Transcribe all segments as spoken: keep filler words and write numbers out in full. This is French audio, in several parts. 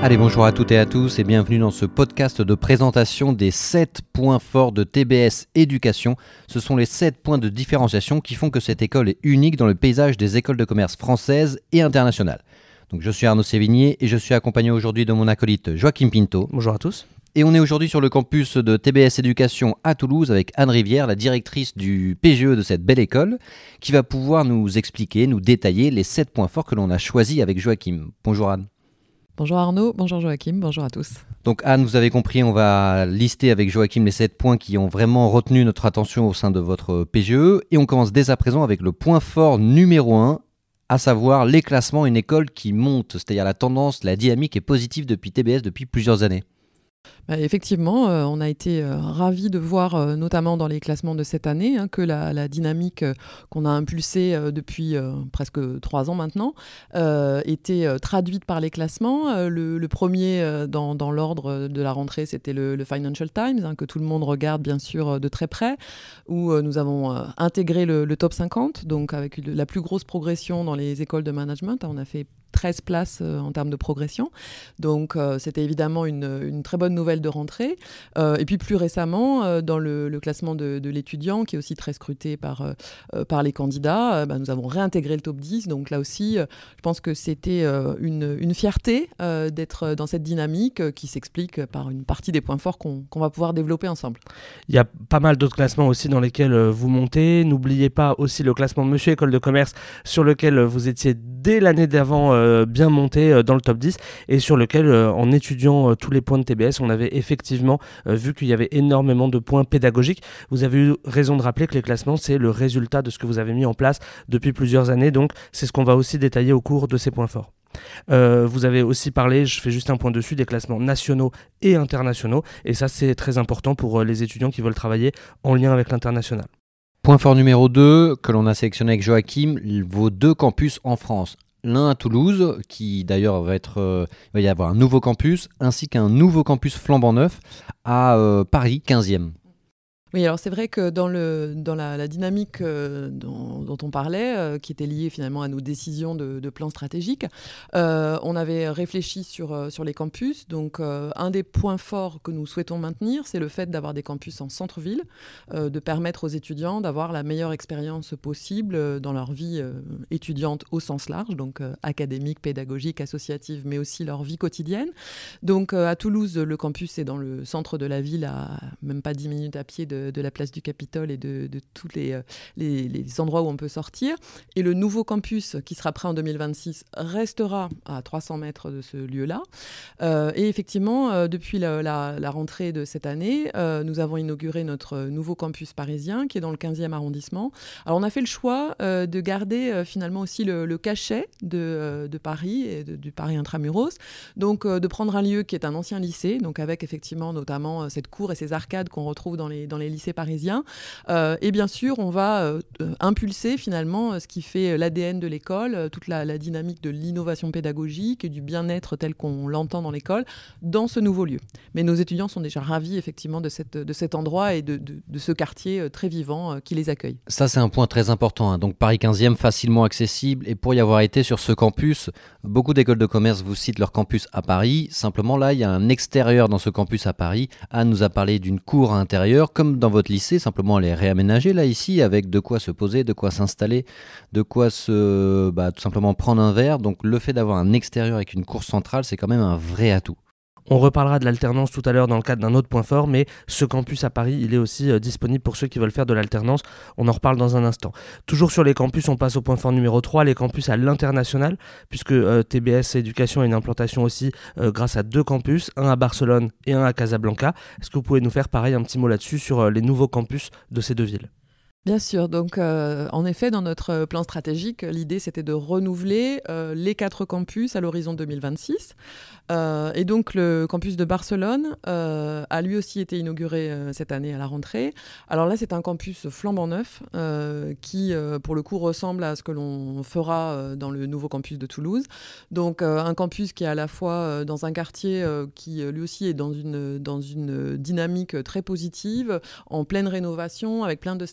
Allez, bonjour à toutes et à tous et bienvenue dans ce podcast de présentation des sept points forts de T B S Éducation. Ce sont les sept points de différenciation qui font que cette école est unique dans le paysage des écoles de commerce françaises et internationales. Donc, je suis Arnaud Sévigné et je suis accompagné aujourd'hui de mon acolyte Joachim Pinto. Bonjour à tous. Et on est aujourd'hui sur le campus de T B S Éducation à Toulouse avec Anne Rivière, la directrice du P G E de cette belle école, qui va pouvoir nous expliquer, nous détailler les sept points forts que l'on a choisis avec Joachim. Bonjour Anne. Bonjour Arnaud, bonjour Joachim, bonjour à tous. Donc Anne, vous avez compris, on va lister avec Joachim les sept points qui ont vraiment retenu notre attention au sein de votre P G E. Et on commence dès à présent avec le point fort numéro un, à savoir les classements, une école qui monte, c'est-à-dire la tendance, la dynamique est positive depuis T B S depuis plusieurs années. Bah, effectivement, euh, on a été euh, ravis de voir, euh, notamment dans les classements de cette année, hein, que la, la dynamique euh, qu'on a impulsée euh, depuis euh, presque trois ans maintenant euh, était euh, traduite par les classements. Euh, le, le premier euh, dans, dans l'ordre de la rentrée, c'était le, le Financial Times, hein, que tout le monde regarde bien sûr de très près, où euh, nous avons euh, intégré le, le top cinquante, donc avec la plus grosse progression dans les écoles de management. On a fait treize places euh, en termes de progression. Donc, euh, c'était évidemment une, une très bonne nouvelle de rentrée. Euh, et puis, plus récemment, euh, dans le, le classement de, de l'étudiant, qui est aussi très scruté par, euh, par les candidats, euh, bah, nous avons réintégré le top dix. Donc, là aussi, euh, je pense que c'était euh, une, une fierté euh, d'être dans cette dynamique euh, qui s'explique par une partie des points forts qu'on, qu'on va pouvoir développer ensemble. Il y a pas mal d'autres classements aussi dans lesquels euh, vous montez. N'oubliez pas aussi le classement Monsieur École de Commerce sur lequel euh, vous étiez dès l'année d'avant euh, bien monté euh, dans le top dix et sur lequel, euh, en étudiant euh, tous les points de T B S, on avait effectivement euh, vu qu'il y avait énormément de points pédagogiques. Vous avez eu raison de rappeler que les classements, c'est le résultat de ce que vous avez mis en place depuis plusieurs années. Donc, c'est ce qu'on va aussi détailler au cours de ces points forts. Euh, vous avez aussi parlé, je fais juste un point dessus, des classements nationaux et internationaux. Et ça, c'est très important pour euh, les étudiants qui veulent travailler en lien avec l'international. Point fort numéro deux, que l'on a sélectionné avec Joachim, vos deux campus en France. L'un à Toulouse, qui d'ailleurs va être, euh, il va y avoir un nouveau campus, ainsi qu'un nouveau campus flambant neuf à euh, Paris quinzième. Oui, alors c'est vrai que dans, le, dans la, la dynamique euh, dont, dont on parlait, euh, qui était liée finalement à nos décisions de, de plan stratégique, euh, on avait réfléchi sur, euh, sur les campus. Donc euh, un des points forts que nous souhaitons maintenir, c'est le fait d'avoir des campus en centre-ville, euh, de permettre aux étudiants d'avoir la meilleure expérience possible euh, dans leur vie euh, étudiante au sens large, donc euh, académique, pédagogique, associative, mais aussi leur vie quotidienne. Donc euh, à Toulouse, le campus est dans le centre de la ville, à même pas dix minutes à pied de de la place du Capitole et de, de tous les, les, les endroits où on peut sortir. Et le nouveau campus, qui sera prêt en deux mille vingt-six, restera à trois cents mètres de ce lieu-là. Euh, et effectivement, euh, depuis la, la, la rentrée de cette année, euh, nous avons inauguré notre nouveau campus parisien, qui est dans le quinzième arrondissement. Alors, on a fait le choix euh, de garder euh, finalement aussi le, le cachet de, euh, de Paris et de, du Paris Intramuros. Donc, euh, de prendre un lieu qui est un ancien lycée, donc avec effectivement notamment euh, cette cour et ces arcades qu'on retrouve dans les, dans les lycées parisiens. Euh, et bien sûr, on va euh, impulser finalement euh, ce qui fait l'A D N de l'école, euh, toute la, la dynamique de l'innovation pédagogique et du bien-être tel qu'on l'entend dans l'école, dans ce nouveau lieu. Mais nos étudiants sont déjà ravis effectivement de, cette, de cet endroit et de, de, de ce quartier euh, très vivant euh, qui les accueille. Ça, c'est un point très important. Hein. Donc Paris quinzième, facilement accessible. Et pour y avoir été sur ce campus, beaucoup d'écoles de commerce vous citent leur campus à Paris. Simplement, là, il y a un extérieur dans ce campus à Paris. Anne nous a parlé d'une cour à intérieur, comme dans votre lycée, simplement elle est réaménagée là ici, avec de quoi se poser, de quoi s'installer, de quoi se, bah, tout simplement prendre un verre. Donc le fait d'avoir un extérieur avec une cour centrale, c'est quand même un vrai atout. On reparlera de l'alternance tout à l'heure dans le cadre d'un autre point fort, mais ce campus à Paris, il est aussi euh, disponible pour ceux qui veulent faire de l'alternance. On en reparle dans un instant. Toujours sur les campus, on passe au point fort numéro trois, les campus à l'international, puisque euh, T B S Éducation a une implantation aussi euh, grâce à deux campus, un à Barcelone et un à Casablanca. Est-ce que vous pouvez nous faire pareil un petit mot là-dessus sur euh, les nouveaux campus de ces deux villes ? Bien sûr, donc euh, en effet, dans notre plan stratégique, l'idée c'était de renouveler euh, les quatre campus à l'horizon deux mille vingt-six. Euh, et donc le campus de Barcelone euh, a lui aussi été inauguré euh, cette année à la rentrée. Alors là, c'est un campus flambant neuf euh, qui, euh, pour le coup, ressemble à ce que l'on fera euh, dans le nouveau campus de Toulouse. Donc euh, un campus qui est à la fois euh, dans un quartier euh, qui lui aussi est dans une, dans une dynamique très positive, en pleine rénovation, avec plein de start-up,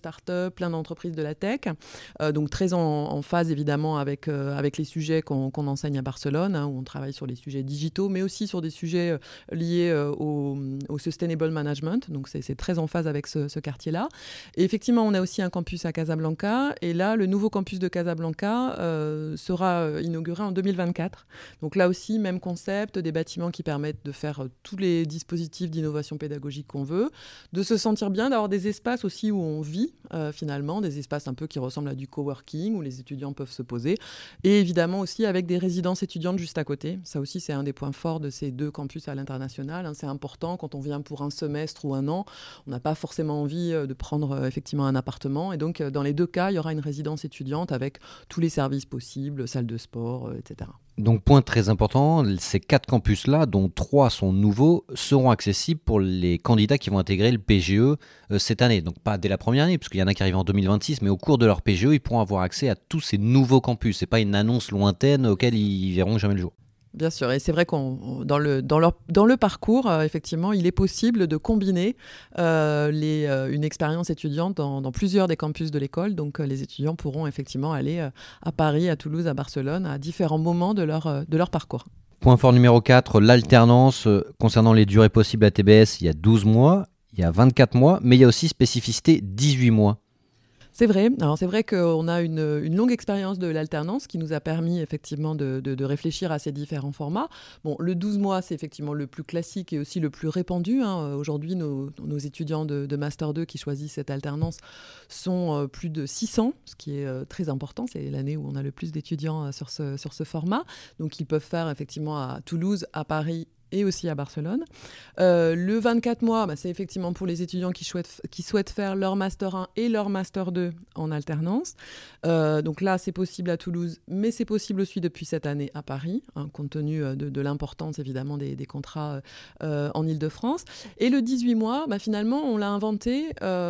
E, plein d'entreprises de la tech, euh, donc très en, en phase évidemment avec, euh, avec les sujets qu'on, qu'on enseigne à Barcelone, hein, où on travaille sur les sujets digitaux, mais aussi sur des sujets euh, liés euh, au, au sustainable management, donc c'est, c'est très en phase avec ce, ce quartier-là. Et effectivement, on a aussi un campus à Casablanca, et là, le nouveau campus de Casablanca euh, sera inauguré en deux mille vingt-quatre. Donc là aussi, même concept, des bâtiments qui permettent de faire euh, tous les dispositifs d'innovation pédagogique qu'on veut, de se sentir bien, d'avoir des espaces aussi où on vit euh, finalement, des espaces un peu qui ressemblent à du coworking, où les étudiants peuvent se poser, et évidemment aussi avec des résidences étudiantes juste à côté. Ça aussi, c'est un des points forts de ces deux campus à l'international, hein. C'est important quand on vient pour un semestre ou un an, on n'a pas forcément envie euh, de prendre euh, effectivement un appartement, et donc euh, dans les deux cas, il y aura une résidence étudiante avec tous les services possibles, salle de sport, euh, et cetera. Donc point très important, ces quatre campus-là, dont trois sont nouveaux, seront accessibles pour les candidats qui vont intégrer le P G E euh, cette année. Donc pas dès la première année, puisqu'il y en a qui arrivent en deux mille vingt-six, mais au cours de leur P G E, ils pourront avoir accès à tous ces nouveaux campus. C'est pas une annonce lointaine auquel ils verront jamais le jour. Bien sûr, et c'est vrai qu'on dans le dans leur dans le parcours, euh, effectivement, il est possible de combiner euh, les euh, une expérience étudiante dans, dans plusieurs des campus de l'école. Donc, euh, les étudiants pourront effectivement aller euh, à Paris, à Toulouse, à Barcelone, à différents moments de leur euh, de leur parcours. Point fort numéro quatre, l'alternance. Euh, concernant les durées possibles à T B S, il y a douze mois, il y a vingt-quatre mois, mais il y a aussi spécificité dix-huit mois. C'est vrai. Alors c'est vrai qu'on a une, une longue expérience de l'alternance qui nous a permis effectivement de, de, de réfléchir à ces différents formats. Bon, le douze mois, c'est effectivement le plus classique et aussi le plus répandu, hein. Aujourd'hui, nos, nos étudiants de, de Master deux qui choisissent cette alternance sont euh, plus de six cents, ce qui est euh, très important. C'est l'année où on a le plus d'étudiants euh, sur ce, sur ce format. Donc ils peuvent faire effectivement à Toulouse, à Paris et aussi à Barcelone. Euh, le vingt-quatre mois, bah, c'est effectivement pour les étudiants qui souhaitent, qui souhaitent faire leur Master un et leur Master deux en alternance. Euh, donc là, c'est possible à Toulouse, mais c'est possible aussi depuis cette année à Paris, hein, compte tenu de, de l'importance évidemment des, des contrats euh, en Ile-de-France. Et le dix-huit mois, bah, finalement, on l'a inventé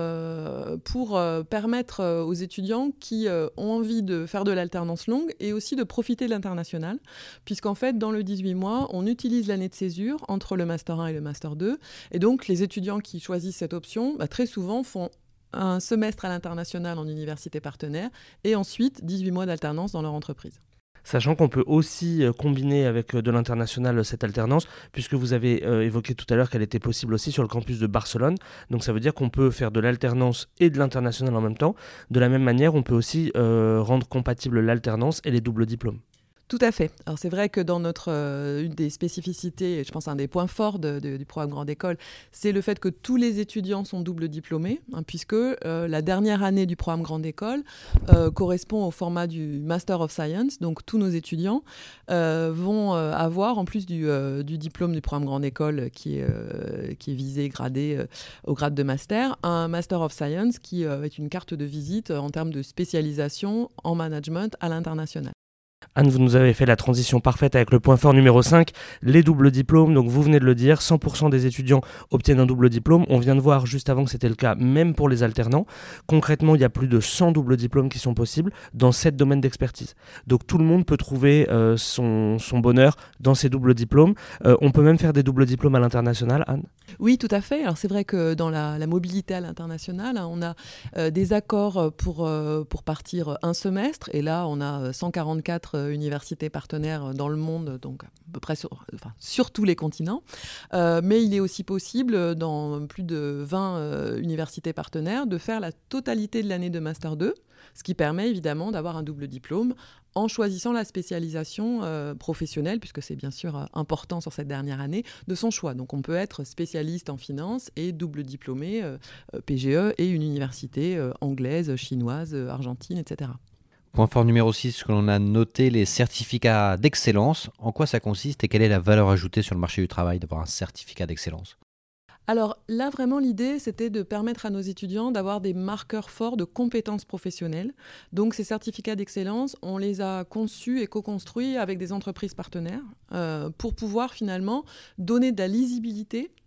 euh, pour euh, permettre aux étudiants qui euh, ont envie de faire de l'alternance longue et aussi de profiter de l'international, puisqu'en fait, dans le dix-huit mois, on utilise l'année de césure entre le Master un et le Master deux. Et donc, les étudiants qui choisissent cette option, bah, très souvent, font un semestre à l'international en université partenaire et ensuite dix-huit mois d'alternance dans leur entreprise. Sachant qu'on peut aussi combiner avec de l'international cette alternance, puisque vous avez euh, évoqué tout à l'heure qu'elle était possible aussi sur le campus de Barcelone. Donc ça veut dire qu'on peut faire de l'alternance et de l'international en même temps. De la même manière, on peut aussi euh, rendre compatible l'alternance et les doubles diplômes. Tout à fait. Alors c'est vrai que dans notre euh, une des spécificités, et je pense un des points forts de, de, du programme Grande École, c'est le fait que tous les étudiants sont double diplômés, hein, puisque euh, la dernière année du programme Grande École euh, correspond au format du Master of Science. Donc tous nos étudiants euh, vont euh, avoir, en plus du, euh, du diplôme du programme Grande École qui est, euh, qui est visé, gradé euh, au grade de master, un Master of Science qui euh, est une carte de visite en termes de spécialisation en management à l'international. Anne, vous nous avez fait la transition parfaite avec le point fort numéro cinq, les doubles diplômes. Donc vous venez de le dire, cent pour cent des étudiants obtiennent un double diplôme. On vient de voir juste avant que c'était le cas même pour les alternants. Concrètement, il y a plus de cent doubles diplômes qui sont possibles dans sept domaines d'expertise. Donc tout le monde peut trouver euh, son, son bonheur dans ces doubles diplômes. Euh, on peut même faire des doubles diplômes à l'international, Anne ? Oui, tout à fait. Alors c'est vrai que dans la, la mobilité à l'international, hein, on a euh, des accords pour, euh, pour partir un semestre. Et là, on a cent quarante-quatre euh, universités partenaires dans le monde, donc à peu près sur, enfin, sur tous les continents. Euh, mais il est aussi possible, dans plus de vingt euh, universités partenaires, de faire la totalité de l'année de Master deux, ce qui permet évidemment d'avoir un double diplôme en choisissant la spécialisation euh, professionnelle, puisque c'est bien sûr euh, important sur cette dernière année, de son choix. Donc on peut être spécialiste en finance et double diplômé euh, P G E et une université euh, anglaise, chinoise, euh, argentine, et cetera. Point fort numéro six, que l'on a noté les certificats d'excellence. En quoi ça consiste et quelle est la valeur ajoutée sur le marché du travail d'avoir un certificat d'excellence ? Alors là, vraiment, l'idée, c'était de permettre à nos étudiants d'avoir des marqueurs forts de compétences professionnelles. Donc, ces certificats d'excellence, on les a conçus et co-construits avec des entreprises partenaires euh, pour pouvoir finalement donner de la lisibilité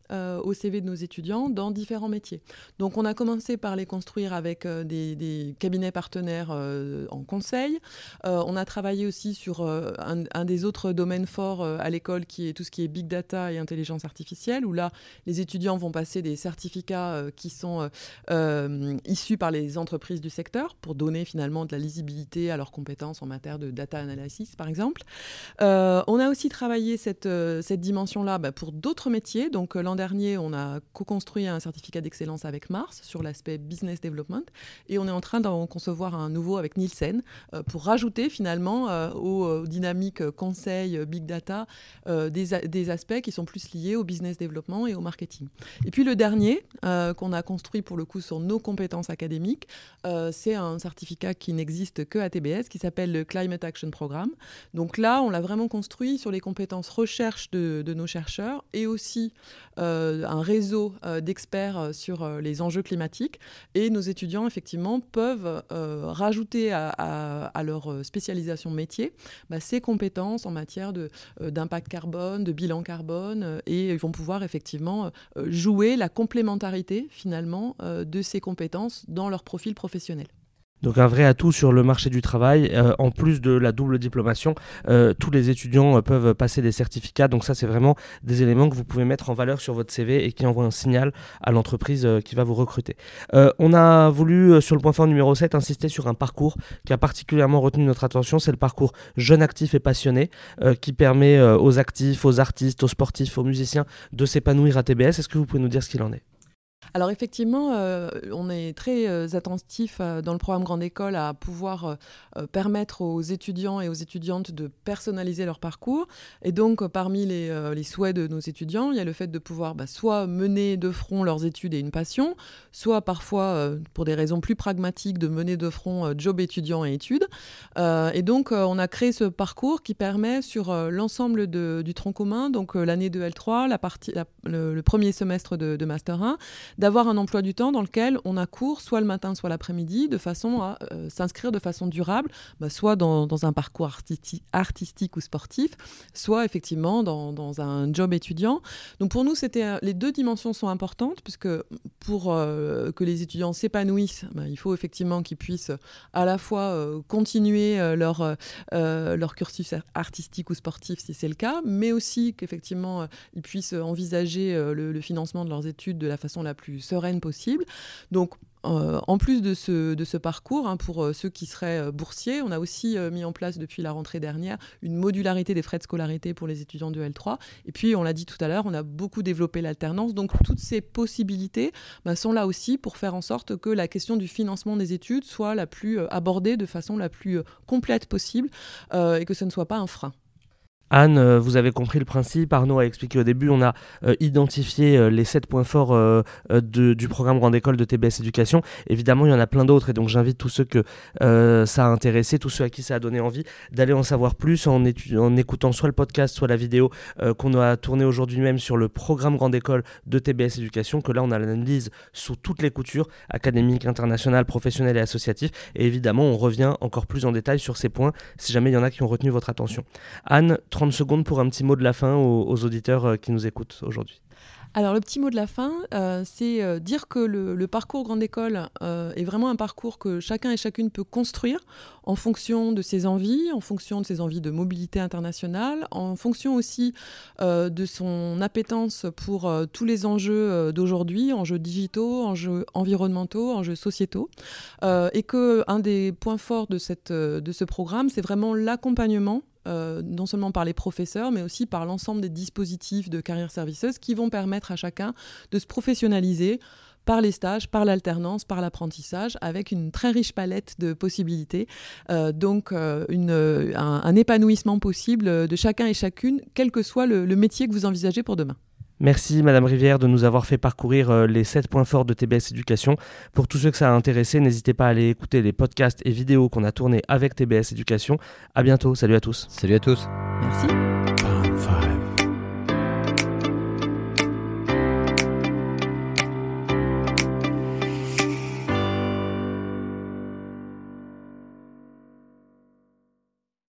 euh, au C V de nos étudiants dans différents métiers. Donc on a commencé par les construire avec euh, des, des cabinets partenaires euh, en conseil. Euh, on a travaillé aussi sur euh, un, un des autres domaines forts euh, à l'école qui est tout ce qui est big data et intelligence artificielle, où là les étudiants vont passer des certificats euh, qui sont euh, euh, issus par les entreprises du secteur pour donner finalement de la lisibilité à leurs compétences en matière de data analysis par exemple. Euh, on a aussi travaillé cette, euh, cette dimension-là bah, pour d'autres métiers. Donc euh, l'an dernier, on a co-construit un certificat d'excellence avec Mars sur l'aspect business development et on est en train d'en concevoir un nouveau avec Nielsen euh, pour rajouter finalement euh, aux, aux dynamiques conseil, big data, euh, des, a- des aspects qui sont plus liés au business development et au marketing. Et puis le dernier euh, qu'on a construit pour le coup sur nos compétences académiques, euh, c'est un certificat qui n'existe que à T B S qui s'appelle le Climate Action Programme. Donc là, on l'a vraiment construit sur les compétences recherche de, de nos chercheurs et aussi euh, un réseau euh, d'experts sur euh, les enjeux climatiques. Et nos étudiants, effectivement, peuvent euh, rajouter à, à, à leur spécialisation métier bah, ces compétences en matière de, euh, d'impact carbone, de bilan carbone, euh, et ils vont pouvoir effectivement euh, jouer la complémentarité, finalement, euh, de ces compétences dans leur profil professionnel. Donc un vrai atout sur le marché du travail, euh, en plus de la double diplomation, euh, tous les étudiants euh, peuvent passer des certificats, donc ça c'est vraiment des éléments que vous pouvez mettre en valeur sur votre C V et qui envoient un signal à l'entreprise euh, qui va vous recruter. Euh, on a voulu, euh, sur le point fort numéro sept, insister sur un parcours qui a particulièrement retenu notre attention, c'est le parcours jeune actif et passionné, euh, qui permet euh, aux actifs, aux artistes, aux sportifs, aux musiciens de s'épanouir à T B S. Est-ce que vous pouvez nous dire ce qu'il en est ? Alors effectivement, euh, on est très euh, attentif euh, dans le programme Grande École à pouvoir euh, permettre aux étudiants et aux étudiantes de personnaliser leur parcours. Et donc, euh, parmi les, euh, les souhaits de nos étudiants, il y a le fait de pouvoir bah, soit mener de front leurs études et une passion, soit parfois, euh, pour des raisons plus pragmatiques, de mener de front euh, job étudiant et études. Euh, et donc, euh, on a créé ce parcours qui permet sur euh, l'ensemble de, du tronc commun, donc euh, l'année de L trois, la partie, la, le, le premier semestre de, de Master un, d'avoir un emploi du temps dans lequel on a cours soit le matin, soit l'après-midi, de façon à euh, s'inscrire de façon durable, bah, soit dans, dans un parcours artisti- artistique ou sportif, soit effectivement dans, dans un job étudiant. Donc pour nous, c'était, euh, les deux dimensions sont importantes, puisque pour euh, que les étudiants s'épanouissent, bah, il faut effectivement qu'ils puissent à la fois euh, continuer euh, leur, euh, leur cursus artistique ou sportif, si c'est le cas, mais aussi qu'effectivement, euh, ils puissent envisager euh, le, le financement de leurs études de la façon la plus sereine possible. Donc, euh, en plus de ce, de ce parcours, hein, pour euh, ceux qui seraient euh, boursiers, on a aussi euh, mis en place depuis la rentrée dernière une modularité des frais de scolarité pour les étudiants de L trois. Et puis, on l'a dit tout à l'heure, on a beaucoup développé l'alternance. Donc, toutes ces possibilités bah, sont là aussi pour faire en sorte que la question du financement des études soit la plus euh, abordée de façon la plus euh, complète possible euh, et que ce ne soit pas un frein. Anne, euh, vous avez compris le principe. Arnaud a expliqué au début, on a euh, identifié euh, les sept points forts euh, euh, de, du programme Grande École de T B S Éducation. Évidemment, il y en a plein d'autres et donc j'invite tous ceux que euh, ça a intéressé, tous ceux à qui ça a donné envie d'aller en savoir plus en, étu- en écoutant soit le podcast, soit la vidéo euh, qu'on a tournée aujourd'hui même sur le programme Grande École de T B S Éducation, que là on a l'analyse sous toutes les coutures, académique, internationale, professionnelle et associative. Et évidemment, on revient encore plus en détail sur ces points si jamais il y en a qui ont retenu votre attention. Anne, trente secondes pour un petit mot de la fin aux, aux auditeurs qui nous écoutent aujourd'hui. Alors le petit mot de la fin, euh, c'est euh, dire que le, le parcours Grande École euh, est vraiment un parcours que chacun et chacune peut construire en fonction de ses envies, en fonction de ses envies de mobilité internationale, en fonction aussi euh, de son appétence pour euh, tous les enjeux euh, d'aujourd'hui, enjeux digitaux, enjeux environnementaux, enjeux sociétaux, euh, et qu'un des points forts de, cette, de ce programme, c'est vraiment l'accompagnement Euh, non seulement par les professeurs, mais aussi par l'ensemble des dispositifs de Career Services qui vont permettre à chacun de se professionnaliser par les stages, par l'alternance, par l'apprentissage, avec une très riche palette de possibilités. Euh, donc, euh, une, un, un épanouissement possible de chacun et chacune, quel que soit le, le métier que vous envisagez pour demain. Merci Madame Rivière de nous avoir fait parcourir euh, les sept points forts de T B S Éducation. Pour tous ceux que ça a intéressé, n'hésitez pas à aller écouter les podcasts et vidéos qu'on a tournés avec T B S Éducation. À bientôt, salut à tous. Salut à tous. Merci.